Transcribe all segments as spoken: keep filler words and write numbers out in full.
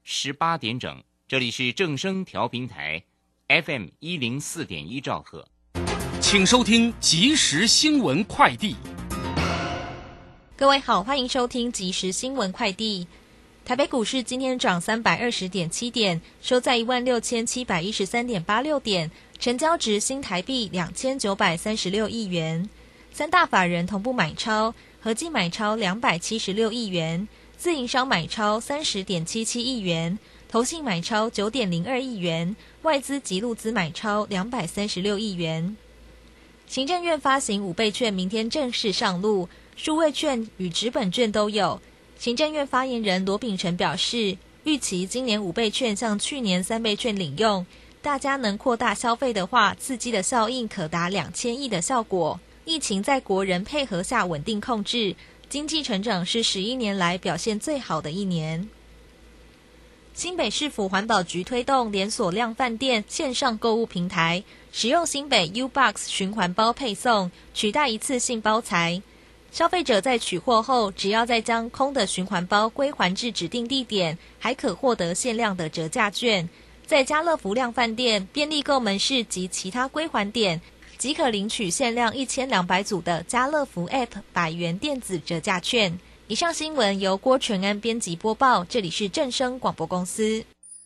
十八点整，这里是正声调频台 F M 一零四点一兆赫， 请收听即时新闻快递。 各位好，欢迎收听即时新闻快递。台北股市今天涨 三百二十点七点，收在 一万六千七百一十三点八六点，成交值新台币两千九百三十六亿元。三大法人同步买超，合计买超两百七十六亿元，自营商买超 三十点七七亿元，投信买超 九点零二亿元，外资及路资买超两百三十六亿元。行政院发行五倍券明天正式上路，数位券与纸本券都有。行政院发言人罗秉成表示，预期今年五倍券像去年三倍券领用，大家能扩大消费的话，刺激的效应可达两千亿的效果。疫情在国人配合下稳定控制，经济成长是十一年来表现最好的一年。新北市府环保局推动连锁量贩店线上购物平台，使用新北 U-Box 循环包配送，取代一次性包材。消费者在取货后，只要再将空的循环包归还至指定地点，还可获得限量的折价券。在家乐福量贩店、便利购门市及其他归还点，即可领取限量一千两百组的家乐福 App 百元电子折价券。以上新闻由郭纯安编辑播报，这里是正声广播公司。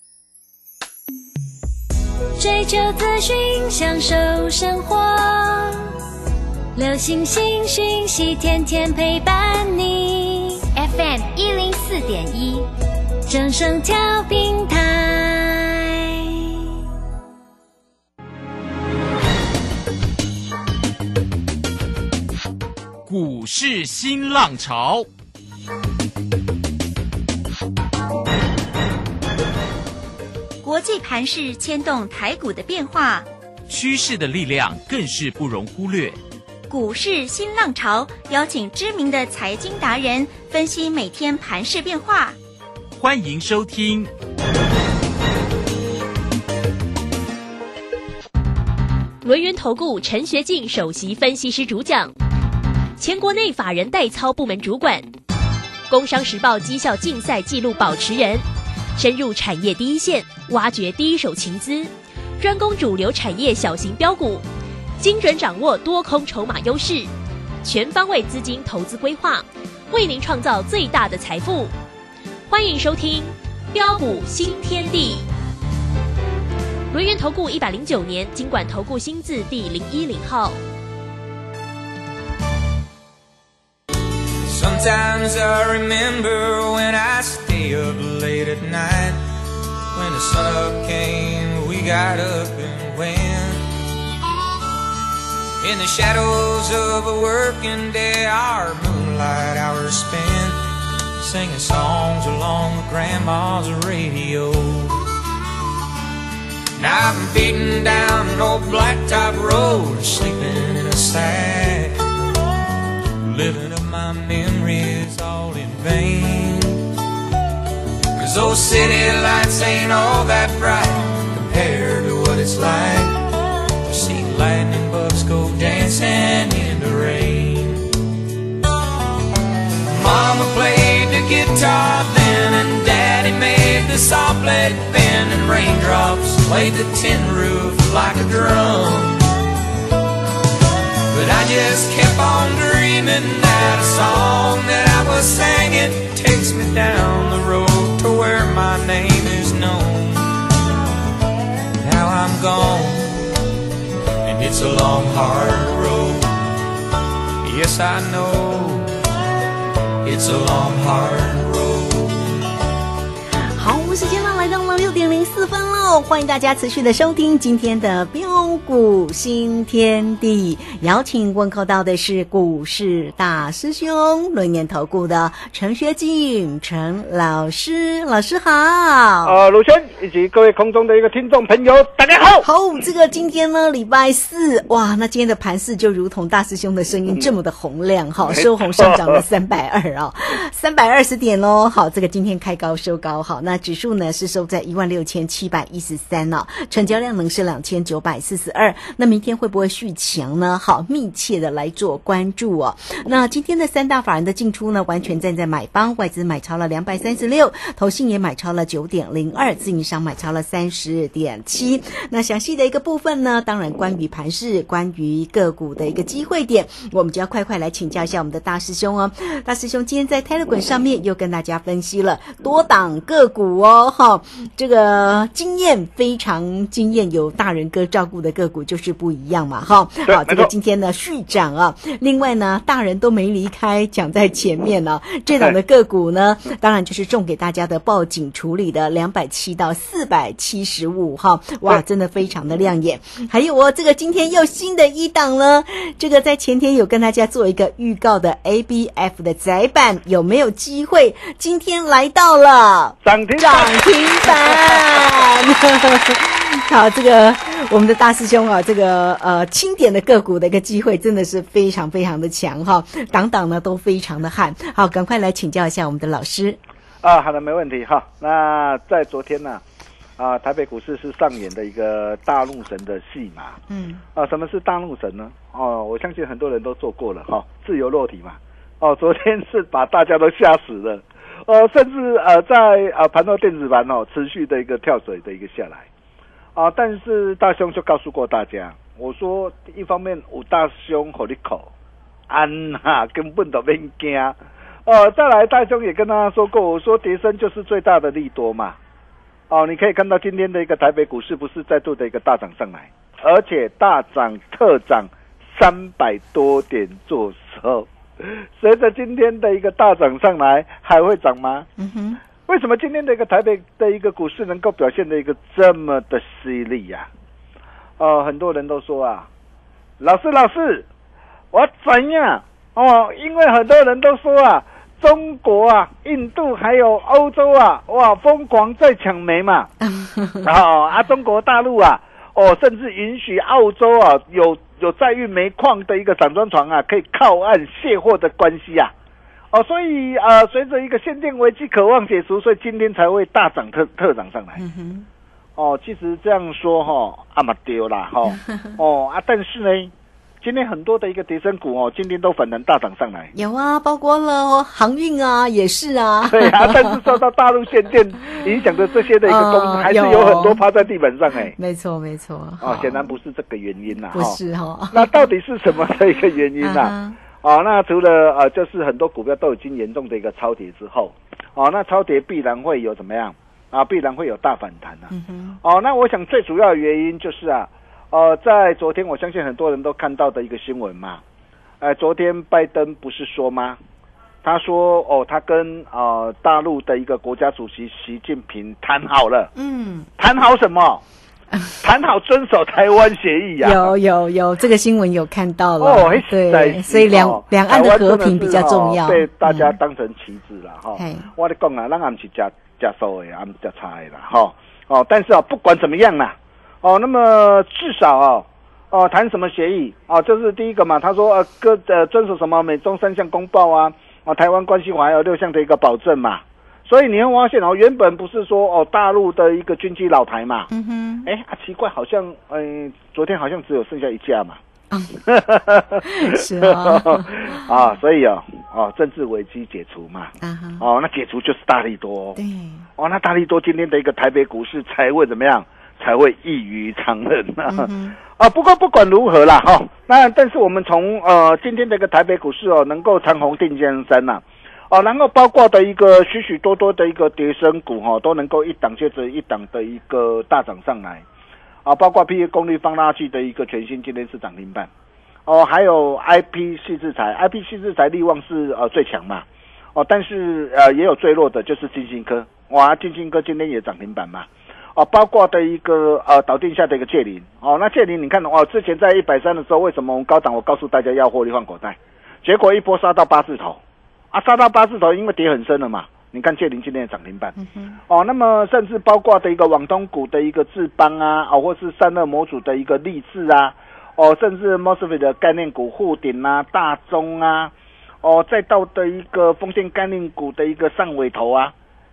追求资讯，享受生活，流行新讯息，天天陪伴你。F M 一零四点一，正声调频台。 股市新浪潮， 国际盘势牵动台股的变化， 趋势的力量更是不容忽略。 股市新浪潮邀请知名的财经达人分析每天盘势变化， 欢迎收听轮源投顾陈学进首席分析师主讲，前国内法人代操部门主管，工商时报绩效竞赛纪录保持人，深入产业第一线，挖掘第一手情资，专攻主流产业小型标股，精准掌握多空筹码优势，全方位资金投资规划，为您创造最大的财富。欢迎收听标股新天地。轮源投顾一百零九年金管投顾新字第零一零号。 Sometimes I remember when I stay up late at night. When the sun up came, we got up and went. In the shadows of a working day, our moonlight hours spent singing songs along with Grandma's radio. Now I've been beating down an old blacktop road, sleeping in a sack, living up my memories all in vain. Cause those city lights ain't all that bright compared to what it's like to see lightning bugs go dancing in the rain. Mama played the guitar then, and Daddy made the saw blade bend, and raindrops played the tin roof like a drum. But I just kept on dreaming that a song that I was singing takes me down the road to where my name is known. Now I'm gone, and it's a long hard road. Yes, I know it's a long hard road. 好，我们时间呢来到了六点零四分喽，欢迎大家持续的收听今天的标股新天地，邀请问候到的是股市大师兄轮研投顾的陈学进陈老师，老师好。 呃，鲁轩以及各位空中的一个听众朋友，大家好。 好，这个今天呢礼拜四，哇，那今天的盘势就如同大师兄的声音这么的洪亮哈、嗯，收红上涨了三百二啊，三百二十点喽。好，这个今天开高收高，好，那指数数呢是收在一万六千七百一十三哦，成交量呢是两千九百四十二。那明天会不会续强呢？好，密切的来做关注哦。那今天的三大法人的进出呢，完全站在买方，外资买超了两百三十六，投信也买超了九点零二，自营商买超了三十点七。那详细的一个部分呢，当然关于盘势，关于个股的一个机会点，我们就要快快来请教一下我们的大师兄哦。大师兄今天在 Telegram 上面又跟大家分析了多档个股哦，哈，这个经验非常惊艳，有大人哥照顾的个股就是不一样嘛，哈。好，这个今天呢续涨啊，另外呢大人都没离开，讲在前面呢、啊，这档的个股呢，当然就是送给大家的报警处理的两百七到四百七十五哈，哇，真的非常的亮眼。还有哦，这个今天又新的一档了，这个在前天有跟大家做一个预告的 A B F 的载板有没有机会？今天来到了涨停涨停板。好，这个我们的大师兄啊，这个呃清点的个股的一个机会真的是非常非常的强哈，档档呢都非常的悍。好，赶快来请教一下我们的老师。 啊，好的，没问题哈。那在昨天呢、啊，啊，台北股市是上演的一个大怒神的戏码。嗯。啊，什么是大怒神呢？哦，我相信很多人都做过了哈，自由落体嘛。哦，昨天是把大家都吓死了。呃，甚至呃在呃盘后电子盘哦持续的一个跳水的一个下来。啊，但是大兄就告诉过大家，我说一方面有大兄给你口安啊，根本都别惊。呃，再来大兄也跟大家说过，我说跌升就是最大的利多嘛。哦，你可以看到今天的一个台北股市不是再度的一个大涨上来，而且大涨特涨三百多点做收。随着今天的一个大涨上来，还会涨吗？嗯哼。为什么今天的一个台北的一个股市能够表现的一个这么的犀利呀？呃，很多人都说啊，老师老师，我怎样哦？因为很多人都说啊，中国啊、印度还有欧洲啊，哇，疯狂在抢煤嘛。哦啊，中国大陆啊，哦，甚至允许澳洲啊有有载运煤矿的一个散装船啊，可以靠岸卸货的关系啊。哦，所以呃，随着一个限电危机渴望解除，所以今天才会大涨特特涨上来。嗯哼。哦，其实这样说哈、哦，啊嘛丢啦哈。哦啊，但是呢，今天很多的一个跌升股哦，今天都反弹大涨上来。 有啊，包括了航运啊，也是啊。 对啊，但是受到大陆限电影响的这些的一个公司，呃、还是有很多趴在地板上哎、欸。 没错没错。 哦，显然不是这个原因啦。 不是哈、哦。 那到底是什么的一个原因啊？哦，那除了呃，就是很多股票都已经严重的一个超跌之后，哦，那超跌必然会有怎么样啊？必然会有大反弹啊。嗯、哦，那我想最主要的原因就是啊，呃，在昨天我相信很多人都看到的一个新闻嘛，呃，昨天拜登不是说吗？他说哦，他跟呃大陆的一个国家主席习近平谈好了，嗯，谈好什么？谈好遵守台湾协议呀、啊， 有有有，这个新闻有看到了。哦，对，所以两两、哦、岸的和平比较重要， 被大家当成棋子了哈、嗯。我跟你讲啊，咱也不是吃吃素的，也不是吃菜的啦哈。哦，但是啊，不管怎么样啦，哦，那么至少哦，哦，谈什么协议？哦，就是第一个嘛，他说呃，各呃遵守什么美中三项公报啊，哦，台湾关系法还有六项的一个保证嘛。所以你会发现哦，原本不是说哦大陆的一个军机老台嘛，嗯哼，哎啊奇怪，好像嗯、呃、昨天好像只有剩下一架嘛， 是啊， 啊，所以哦哦政治危機解除嘛，啊、哦那解除就是大利多，对，哦那大利多今天的一个台北股市才会怎么样？才会异于常人啊！嗯、啊，不过不管如何啦，哈、哦，那但是我们从呃今天的一个台北股市哦，能够长红定江山呐、啊。哦，然后包括的一个许许多多的一个跌升股哈、哦，都能够一档接着一档的一个大涨上来，啊，包括 P A 功率放大器的一个全新今天是涨停板，哦，还有 I P 矽智财 ，I P 矽智财力旺是呃最强嘛，哦，但是呃也有最弱的，就是金星科，哇，金星科今天也涨停板嘛，哦，包括的一个呃导定下的一个界霖，哦，那界霖你看哦，之前在一百三的时候，为什么我们高档我告诉大家要获利换口袋，结果一波杀到八字头。啊，杀到八字头，因为跌很深了嘛。你看界霖今天的涨停板，嗯、哦，那么甚至包括的一个网通股的一个智邦啊，哦，或是散热模组的一个力智啊，哦，甚至 M O S F E T 的概念股沪鼎啊、大中啊，哦，再到的一个风电概念股的一个上尾头啊，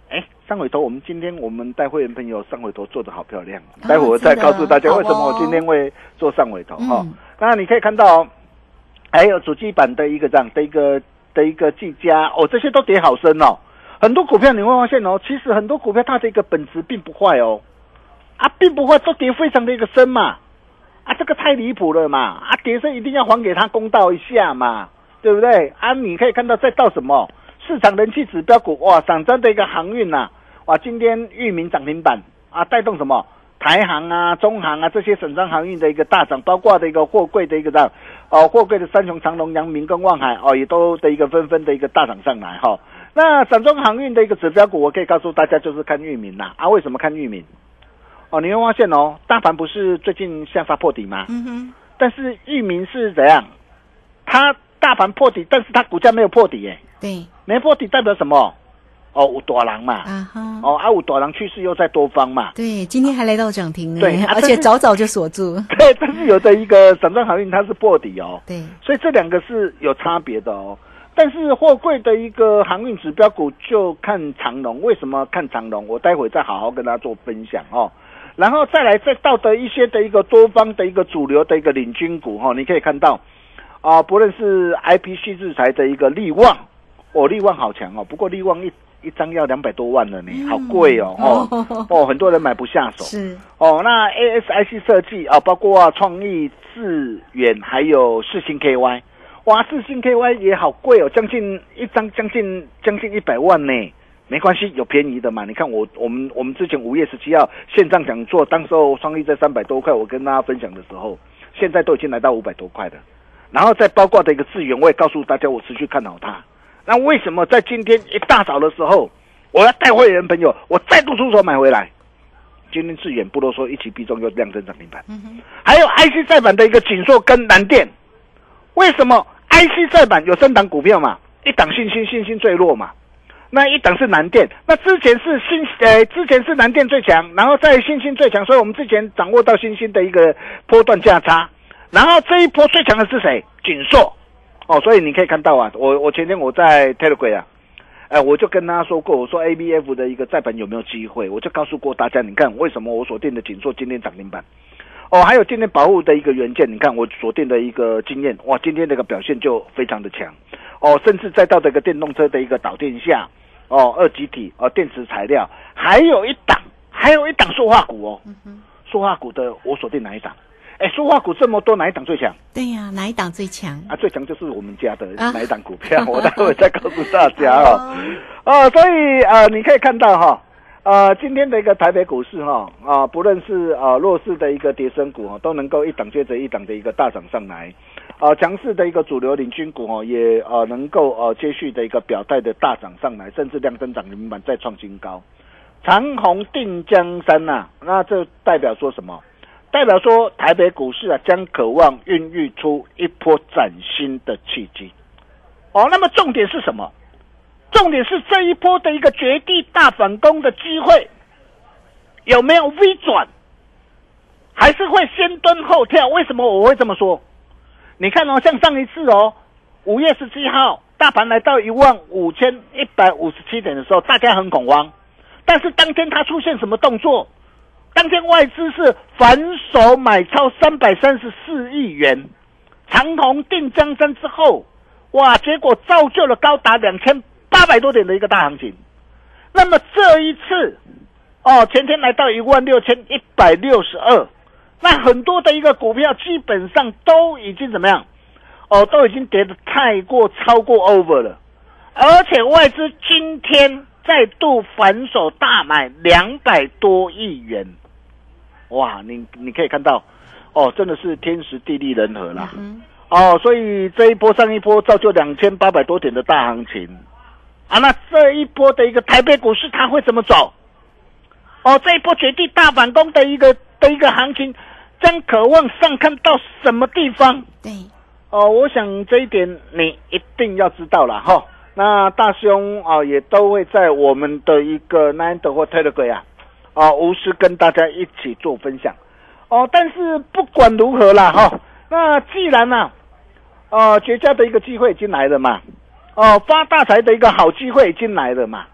哎，上尾头我们今天我们带会员朋友上尾头做得好漂亮，待会我再告诉大家为什么我今天会做上尾头哈、哦。那你可以看到、哦，还有主机板的一个这样的一个的一个技嘉哦，这些都跌好深哦。很多股票你会发现哦，其实很多股票它的一个本质并不坏哦，啊，并不坏，都跌非常的一个深嘛，啊，这个太离谱了嘛，啊，跌深一定要还给他公道一下嘛，对不对？啊，你可以看到再到什么？市场人气指标股哇，涨真的一个航运呐、啊，哇，今天裕民涨停板啊，带动什么台航啊、中航啊这些省商航运的一个大涨，包括的一个货柜的一个涨，哦，货柜的三雄长荣、阳明跟万海哦，也都的一个纷纷的一个大涨上来哈、哦。那散装航运的一个指标股，我可以告诉大家就是看裕民啦啊，为什么看裕民？哦，你会发现哦，大盘不是最近下杀破底吗？嗯哼，但是裕民是怎样？它大盘破底，但是它股价没有破底耶。 对， 没破底代表什么？哦，有大人嘛， 啊哈， 哦，啊有大人趋势又在多方嘛。 对，今天还来到涨停呢， 对， 而且早早就锁住。 对，但是有的一个散装航运它是破底哦， 对， 所以这两个是有差别的哦。但是货柜的一个航运指标股就看长荣，为什么看长荣？我待会再好好跟大家做分享哦。然后再来再到的一些的一个多方的一个主流的一个领军股哈、哦，你可以看到啊、呃，不论是 I P C 制裁的一个力旺。哦，力旺好强哦，不过力旺一一张要两百多万了呢，嗯、好贵哦，哦哦，很多人买不下手。是哦，那 A S I C 设计啊，包括啊创意、智远还有世新 K Y， 哇，世新 K Y 也好贵哦，将近一张将近将近一百万呢。没关系，有便宜的嘛。你看我我们我们之前五月十七号线上讲座，当时候创意在三百多块，我跟大家分享的时候，现在都已经来到五百多块了。然后再包括的一个智远，我也告诉大家，我持续看好它。那为什么在今天一大早的时候，我要带会员朋友，我再度出手买回来？今天智远不啰嗦，一起必中又亮灯涨停板。嗯、还有 I C 载板的一个锦硕跟南电，为什么 I C 载板有三档股票嘛？一档信心，信心最弱嘛。那一档是南电，那之前是新呃，之前是南电最强，然后在信心最强，所以我们之前掌握到信心的一个波段价差，然后这一波最强的是谁？锦硕。哦，所以你可以看到啊，我我前天我在 Telegram 啊，哎、呃，我就跟他说过，我说 A B F 的一个载板有没有机会，我就告诉过大家，你看为什么我锁定的锦硕今天涨停板，哦，还有今天保护的一个元件，你看我锁定的一个经验，哇，今天这个表现就非常的强，哦，甚至再到这个电动车的一个导电下，哦，二极体，哦，电池材料，还有一档，还有一档塑化股哦，嗯、塑化股的我锁定哪一档？哎，塑化股这么多，哪一档最强？ 对呀、啊，哪一档最强？啊， 最强就是我们家的哪一档股票，啊、我待会再告诉大家哦。哦，所以呃，你可以看到哈，呃，今天的一个台北股市哈啊，不论是呃弱势的一个跌升股哈，都能够一档接着一档的一个大涨上来，啊、呃，强势的一个主流领军股哈，也呃能够呃接续的一个表态的大涨上来，甚至亮灯涨停板再创新高，长虹定江山呐、啊，那这代表说什么？代表说台北股市啊将渴望孕育出一波崭新的契机。哦，那么重点是什么？重点是这一波的一个绝地大反攻的机会有没有 V 转，还是会先蹲后跳？为什么我会这么说？你看哦，像上一次哦，五月十七号大盘来到一万五千一百五十七点的时候，大家很恐慌，但是当天它出现什么动作？当天外资是反手买超三百三十四亿元，长虹定江山之后，哇，结果造就了高达两千八百多点的一个大行情。那么这一次，哦，前天来到一万六千一百六十二，那很多的一个股票基本上都已经怎么样？哦，都已经跌得太过超过 over 了，而且外资今天再度反手大买两百多亿元。哇，你你可以看到，哦，真的是天时地利人和啦，嗯、哦，所以这一波上一波造就两千八百多点的大行情，啊，那这一波的一个台北股市它会怎么走？哦，这一波绝地大反攻的一个的一个行情，将渴望上看到什么地方？ 对， 哦，我想这一点你一定要知道了哈。那大兄啊、哦，也都会在我们的一个 Nine 或 Telegram 啊。啊，无私跟大家一起做分享哦。但是不管如何啦，哈、哦，那既然呢、啊，呃，绝佳的一个机会已经来了嘛，哦，发大财的一个好机会已经来了嘛，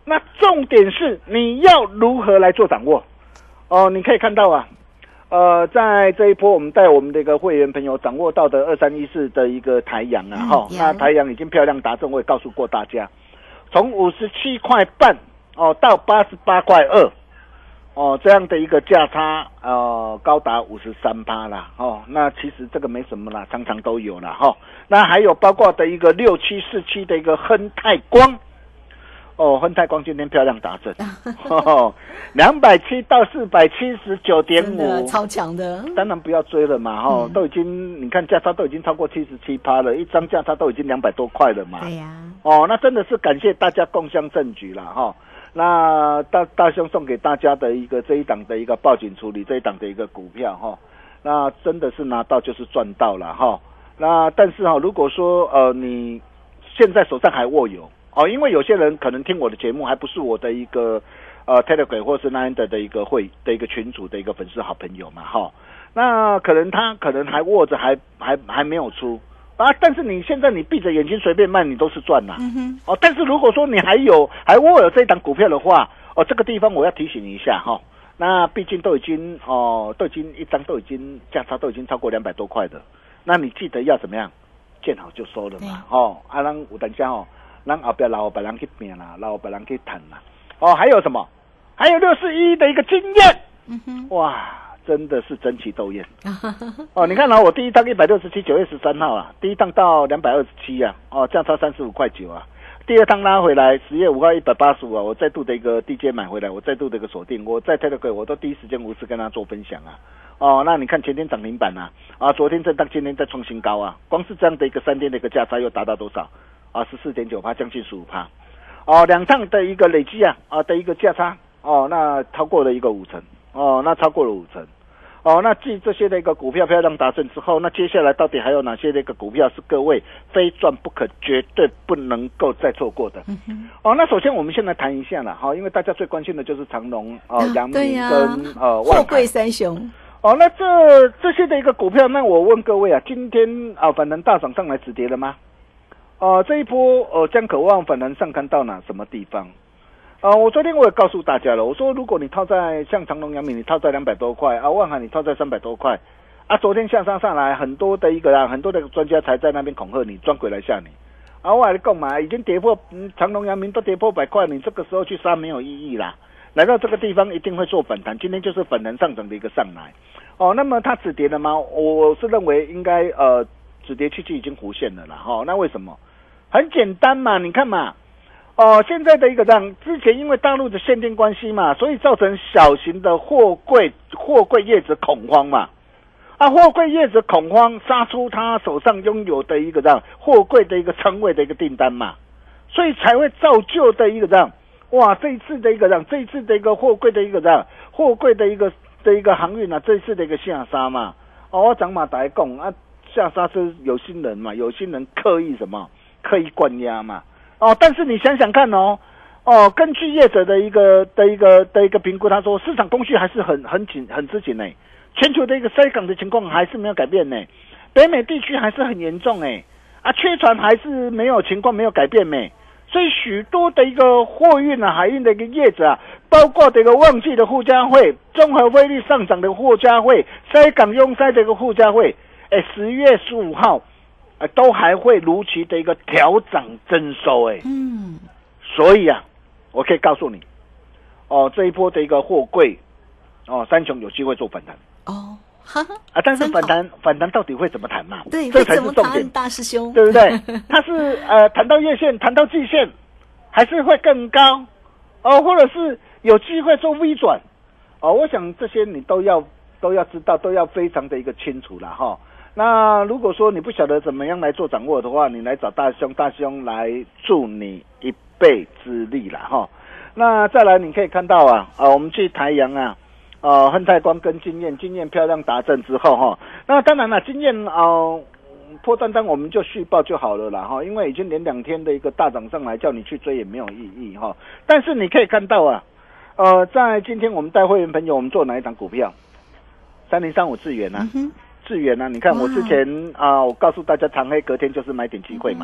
那重点是你要如何来做掌握？哦，你可以看到啊，呃，在这一波我们带我们的一个会员朋友掌握到的二三一四的一个台阳啊，哈、嗯，那台阳已经漂亮达阵，我也告诉过大家，从五十七块半哦到八十八块二。哦，这样的一个价差，呃，高达五十三趴啦，哦，那其实这个没什么啦，常常都有啦，哈、哦。那还有包括的一个六七四七的一个亨泰光，哦，亨泰光今天漂亮达阵，哦，两百七到四百七十九点五， 超强的， 当然不要追了嘛，哈、哦嗯，都已经，你看价差都已经超过七十七趴了，一张价差都已经两百多块了嘛， 对呀、啊， 哦，那真的是感谢大家共襄盛举啦，哈、哦。那大大兄送给大家的一个这一档的一个报警处理这一档的一个股票哈，那真的是拿到就是赚到了哈。那但是哈，如果说呃你现在手上还握有哦，因为有些人可能听我的节目还不是我的一个呃 Telegram 或是 Line 的一个会的一个群组的一个粉丝好朋友嘛哈，那可能他可能还握着还还还没有出。啊！但是你现在你闭着眼睛随便卖，你都是赚呐、啊嗯。哦，但是如果说你还有还握有这一档股票的话，哦，这个地方我要提醒一下哈、哦。那毕竟都已经哦，都已经一张都已经价差都已经超过两百多块的，那你记得要怎么样？见好就收了嘛。哦，啊，咱有等下哦，咱后边老别人去拼啦，老别人去谈啦。哦，还有什么？还有六四一的一个经验。嗯哼，哇！真的是争奇斗艳哦！你看啊，我第一趟一百六十七，九月十三号啊，第一趟到两百二十七啊，哦，价差三十五块九啊。第二趟拉回来，十月五号一百八十五啊，我再度的一个 D J 买回来，我再度的一个锁定，我在 Telegram 我都第一时间无私跟他做分享啊。哦，那你看前天涨停板啊，啊，昨天震荡，今天再创新高啊，光是这样的一个三天的一个价差又达到多少啊？十四点九趴，将近十五趴。哦，两趟的一个累积啊，啊的一个价差哦，那超过了一个五成。哦，那超过了五成，哦，那继这些的一个股票漂亮达阵之后，那接下来到底还有哪些的一个股票是各位非赚不可、绝对不能够再错过的？嗯、哦，那首先我们先来谈一下啦，哈、哦，因为大家最关心的就是长荣、哦阳明跟、啊、呃万海货柜三雄。 哦，那这这些的一个股票，那我问各位啊，今天啊反弹大涨上来止跌了吗？哦、呃，这一波呃将渴望反弹上看到哪什么地方？啊、呃，我昨天我也告诉大家了，我说如果你套在像长荣、阳明，你套在两百多块啊，万海你套在三百多块啊，昨天下杀上来，很多的一个啊，很多的专家才在那边恐吓你，装鬼来吓你。啊，我还讲嘛，已经跌破，嗯，长荣、阳明都跌破百块，你这个时候去杀没有意义啦。来到这个地方一定会做反弹，今天就是反弹上涨的一个上来。哦，那么它止跌了吗？我是认为应该呃止跌契机已经弧现了啦。哈、哦，那为什么？很简单嘛，你看嘛。哦，现在的一个这样，之前因为大陆的限定关系嘛，所以造成小型的货柜货柜业者恐慌嘛。啊，货柜业者恐慌，杀出他手上拥有的一个这样货柜的一个仓位的一个订单嘛，所以才会造就的一个这样，哇，这一次的一个这样，这一次的一个货柜的一个这样，货柜的一个的一个航运啊，这一次的一个下杀嘛。哦，我讲嘛，大家讲啊，下杀是有心人嘛，有心人刻意什么，刻意灌压嘛。哦，但是你想想看哦，哦，根据业者的一个的一个的一个评估，他说市场供需还是很很紧很之紧呢，全球的一个塞港的情况还是没有改变呢，北美地区还是很严重哎，啊，缺船还是没有情况没有改变呢，所以许多的一个货运啊、海运的一个业者啊，包括这个旺季的附加会、综合汇率上涨的附加会、塞港拥塞的一个附加会，哎，十月十五号。呃，都还会如期的一个调涨征收，哎，嗯，所以啊，我可以告诉你，哦，这一波的一个货柜，哦，三雄有机会做反弹， 哦，哈哈， 啊，但是反弹反弹到底会怎么谈嘛？ 对， 这才是重点， 大师兄， 对不对？它是呃谈到月线，谈到季线，还是会更高，哦，或者是有机会做 V 转，哦，我想这些你都要都要知道，都要非常的一个清楚了哈。那如果说你不晓得怎么样来做掌握的话，你来找大兄，大兄来助你一臂之力啦哈。那再来你可以看到啊，啊我们去台阳啊，呃亨泰光跟经验，经验漂亮达阵之后哈，那当然了，经验啊、呃、破单单我们就续报就好了啦哈，因为已经连两天的一个大涨上来，叫你去追也没有意义哈。但是你可以看到啊，呃在今天我们带会员朋友，我们做哪一档股票？三零三五智原啊。嗯智原啊，你看我之前啊、呃，我告诉大家长黑隔天就是买点机会嘛，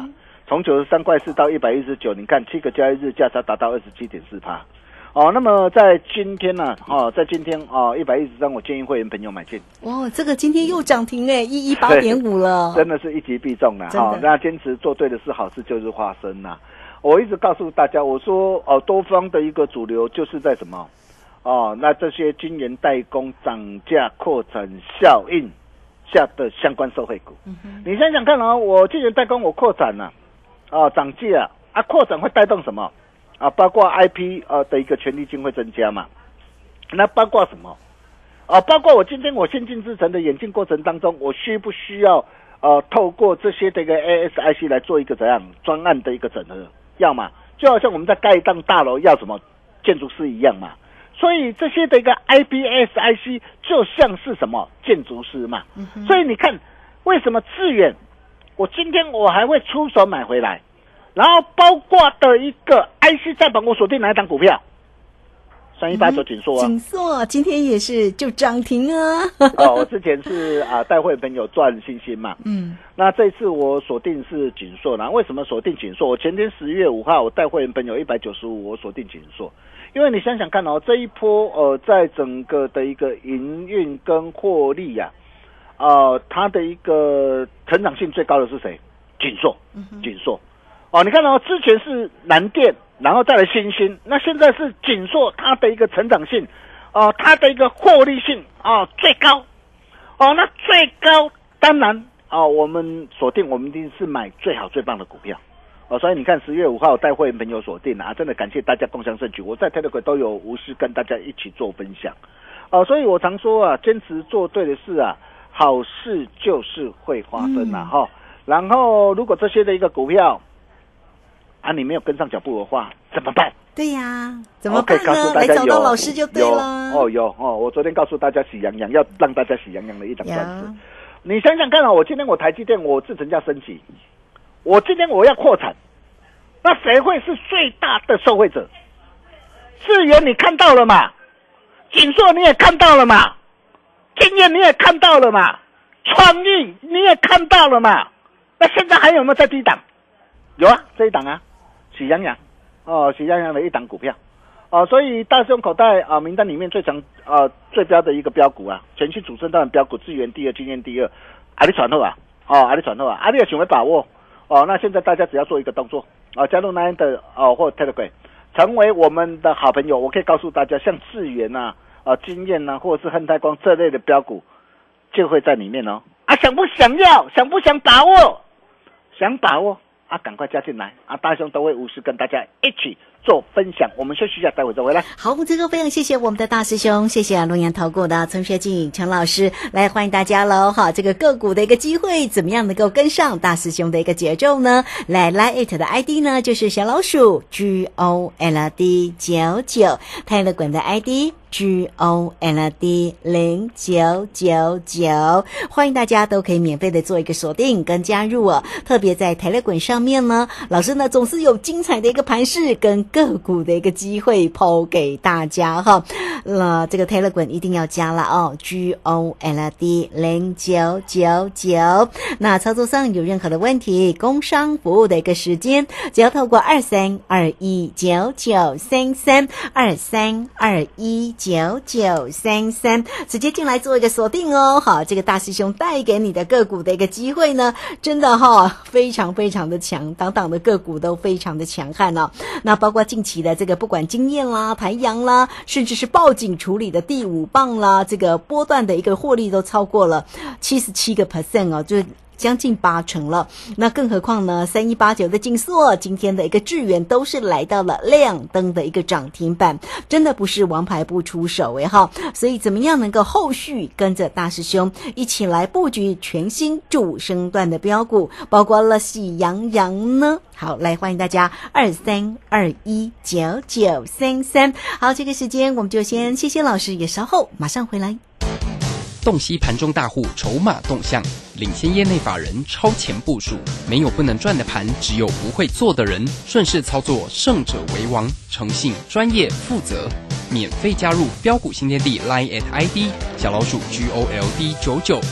从九十三块四到一百一十九，你看七个交易日价差达到二十七点四趴。哦，那么在今天呢、啊，哦，在今天哦，一百一十三，我建议会员朋友买进。 哇，这个今天又涨停哎，一一八点五了， 真的是一击必中了哈、哦。那坚持做对的事，好事就是发生啦。我一直告诉大家，我说哦，多方的一个主流就是在什么？哦，那这些晶圆代工涨价扩产效应下的相关受惠股，嗯、你想想看哦，我晶圆代工我扩产了、啊，哦，涨价啊，扩产会带动什么？啊，包括 I P 呃的一个权利金会增加嘛，那包括什么？啊，包括我今天我先进制程的演进过程当中，我需不需要呃透过这些的一个 A S I C 来做一个怎样专案的一个整合？要嘛，就好像我们在盖一栋大楼要什么建筑师一样嘛。所以这些的一个 I P S I C 就像是什么建筑师嘛。嗯、所以你看，为什么致远，我今天我还会出手买回来？然后包括的一个 I C 再版，我锁定哪一档股票？三一八九锦硕啊， 锦硕今天也是就涨停啊。 哦，我之前是啊带会朋友赚星星嘛，嗯，那这次我锁定是锦硕啦。为什么锁定锦硕？我前天十月五号我带会员朋友一百九十五，我锁定锦硕，因为你想想看哦，这一波呃在整个的一个营运跟获利呀、啊，呃，它的一个成长性最高的是谁？锦硕，锦硕。哦，你看哦，之前是南电，然后再来新兴，那现在是锦硕，它的一个成长性，哦、呃，它的一个获利性啊、哦、最高，哦，那最高当然哦，我们锁定，我们一定是买最好最棒的股票，哦，所以你看十月五号带会员朋友锁定啊，真的感谢大家共襄盛举，我在 Telegram 都有无私跟大家一起做分享，哦，所以我常说啊，坚持做对的事啊，好事就是会发生啊，哈、嗯，然后如果这些的一个股票。啊，你没有跟上脚步的话，怎么办？ 对呀、啊，怎么办呢？来找到老师就对了。 哦，有哦，我昨天告诉大家喜洋洋，要让大家喜洋洋的一档段子。你想想看啊，我今天我台积电我制程价升级，我今天我要扩产，那谁会是最大的受惠者？智源你看到了嘛？锦硕你也看到了嘛？经验你也看到了嘛？创意你也看到了嘛？那现在还有没有在低档？有啊，这一档啊。喜洋洋，哦，喜洋洋的一档股票，哦，所以大师兄口袋啊、呃、名单里面最强啊、呃、最标的一个标股啊，全系主升段标股，智源第二，经验第二，阿里传后啊，哦，阿里传后啊，阿里有想要把握哦，那现在大家只要做一个动作啊、哦，加入 Nine 的哦或 Telegram， 成为我们的好朋友，我可以告诉大家，像智源呐、啊、啊经验呐、啊，或者是亨泰光这类的标股，就会在里面哦，啊，想不想要，想不想把握，想把握。啊，赶快加进来啊！大兄都会无私跟大家一起做分享。我们休息一下，待会再回来。 好，这个非常谢谢我们的大师兄，谢谢龙岩投顾的陈学进陈老师来欢迎大家喽！好，这个个股的一个机会，怎么样能够跟上大师兄的一个节奏呢？来 ，Line 的 I D 呢就是小老鼠 G O L D 九九， Telegram 的 I D。G O L D 零九九九，欢迎大家都可以免费的做一个锁定跟加入哦。特别在Telegram上面呢，老师呢总是有精彩的一个盘势跟个股的一个机会抛给大家哈。那、呃、这个 Telegram 一定要加了哦 ，G O L D 零九九九。那操作上有任何的问题，工商服务的一个时间，只要透过二三二一九九三三二三二一。九九三三，直接进来做一个锁定哦。好，这个大师兄带给你的个股的一个机会呢，真的哈、哦、非常非常的强，档档的个股都非常的强悍哦。那包括近期的这个不管经验啦、台阳啦，甚至是报警处理的第五棒啦，这个波段的一个获利都超过了七十七个 percent 哦，就是。将近八成了，那更何况呢？三一八九的锦硕，今天的一个智源都是来到了亮灯的一个涨停板，真的不是王牌不出手诶哈！所以怎么样能够后续跟着大师兄一起来布局全新主升段的标股，包括了喜洋洋呢？好，来欢迎大家二三二一九九三三。好，这个时间我们就先谢谢老师，也稍后马上回来。 洞悉盘中大户筹码动向，领先业内法人超前部署，没有不能赚的盘，只有不会做的人。顺势操作，胜者为王。诚信、专业、负责，免费加入标股新天地 Line at I D 小老鼠 G O L D 九九。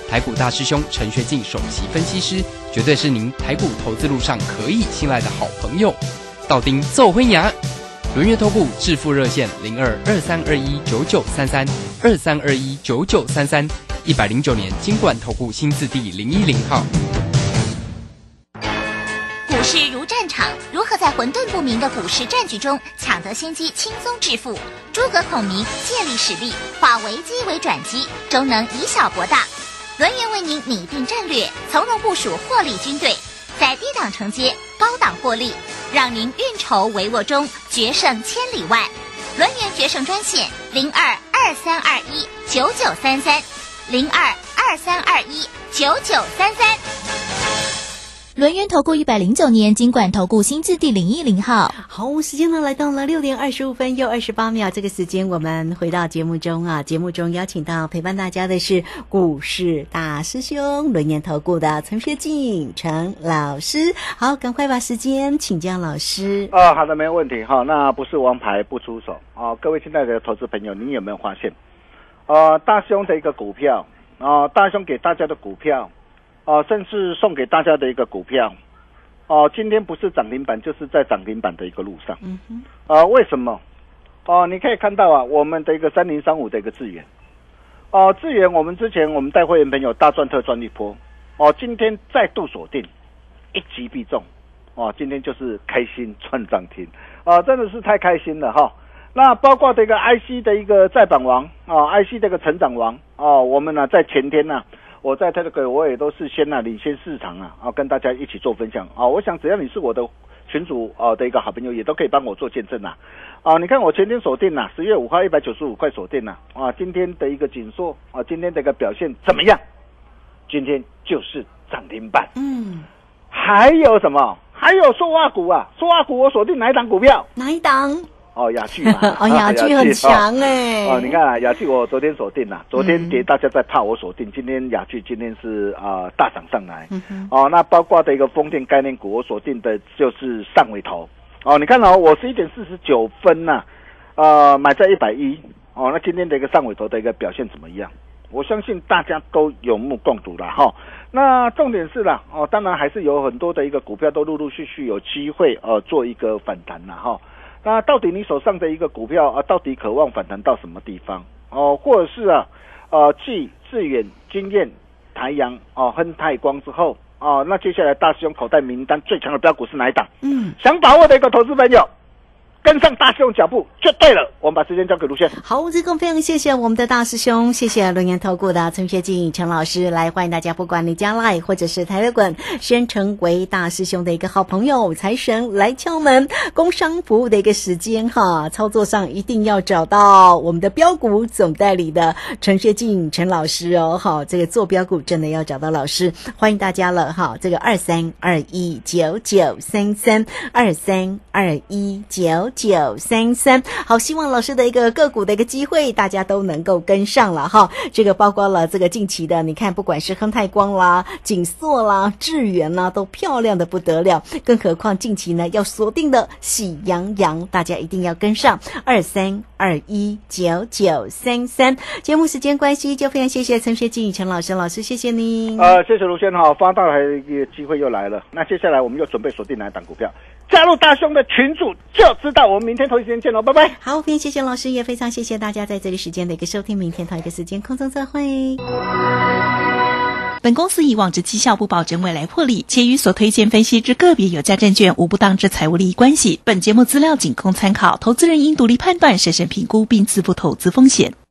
台股大师兄陈学进首席分析师，绝对是您台股投资路上可以信赖的好朋友。道丁奏辉牙，轮月投顾致富热线零二二三二一九九三三二三二一九九三三，一百零九年金管投顾新字第零一零号。 股市如战场，如何在混沌不明的股市战局中抢得先机，轻松致富？诸葛孔明借力使力，化危机为转机，终能以小博大。轮源为您拟定战略，从容部署获利军队，在低档承接，高档获利，让您运筹帷幄中决胜千里外。轮源决胜专线零二二三二一九九三三零二二三二一九九三三。 轮源投顾一百零九年金管投顾新字第零一零号。 好，时间呢来到了六点二十五分又二十八秒，这个时间我们回到节目中啊，节目中邀请到陪伴大家的是股市大师兄轮源投顾的陈学进陈老师。好，赶快把时间请教老师。 啊，好的，没有问题哈。那不是王牌不出手啊，各位亲爱的投资朋友，你有没有发现，呃，大师兄的一个股票啊，大师兄给大家的股票。哦，甚至送给大家的一个股票，哦，今天不是涨停板，就是在涨停板的一个路上。嗯哼。呃，为什么？哦，你可以看到啊，我们的一个三零三五的一个智原，哦，智原我们之前我们带会员朋友大赚特赚一波，哦，今天再度锁定，一击必中，哦，今天就是开心赚涨停，啊，真的是太开心了哈。那包括这个 I C 的一个再版王啊 ，I C 这个成长王哦，我们呢在前天呢、啊。我在这个我也都是先啊领先市场啊，啊跟大家一起做分享啊。我想只要你是我的群主啊的一个好朋友，也都可以帮我做见证啊。啊，你看我前天锁定了、啊，十月五号一百九十五块锁定了啊，啊，今天的一个紧缩啊，今天的一个表现怎么样？今天就是涨停板。嗯，还有什么？还有塑化股啊，塑化股我锁定哪一档股票？ 哪一档？ 哦，雅聚嘛， 哦，雅聚很强哎、 欸。哦，你看啊，雅聚我昨天锁定了，昨天跌大家在怕我锁定，嗯、今天雅聚今天是啊、呃、大涨上来。嗯、哦，那包括的一个风电概念股，我锁定的就是上尾头。哦，你看哦，我十一点四十九分呐、啊，呃，买在一百一。哦，那今天的一个上尾头的一个表现怎么样？我相信大家都有目共睹了哈。那重点是啦，哦，当然还是有很多的一个股票都陆陆续续有机会呃做一个反弹了哈。那到底你手上的一个股票啊，到底渴望反弹到什么地方哦？或者是啊，呃，继智远、经验、台阳哦、亨泰光之后哦，那接下来大师兄口袋名单最强的标股是哪一档？嗯，想把握的一个投资朋友，跟上大师兄脚步就对了。我们把时间交给卢轩。 好，这个非常谢谢我们的大师兄，谢谢轮源投顾的陈学进陈老师来，欢迎大家，不管你加 LINE 或者是台乐滚，先成为大师兄的一个好朋友，财神来敲门，工商服务的一个时间哈，操作上一定要找到我们的标股总代理的陈学进陈老师哦，好，这个做标股真的要找到老师，欢迎大家了哈，这个二三二一九九三三二三二一九九三三，好，希望老师的一个个股的一个机会，大家都能够跟上了哈。这个包括了这个近期的，你看不管是亨泰光啦、景硕啦、智原啦，都漂亮的不得了。更何况近期呢要锁定的喜羊羊，大家一定要跟上二三二一九九三三。节目时间关系，就非常谢谢陈学进陈老师，老师谢谢您。 呃，谢谢卢轩哈，发大财的一个机会又来了。那接下来我们又准备锁定哪一档股票？加入大兄的群组就知道。我们明天同一时间见喽，拜拜。 好，非常谢谢老师，也非常谢谢大家在这里时间的一个收听，明天同一个时间空中再会。 本公司以往之绩效不保证未来获利，且与所推荐分析之个别有价证券无不当之财务利益关系。本节目资料仅供参考，投资人应独立判断、审慎评估并自负投资风险。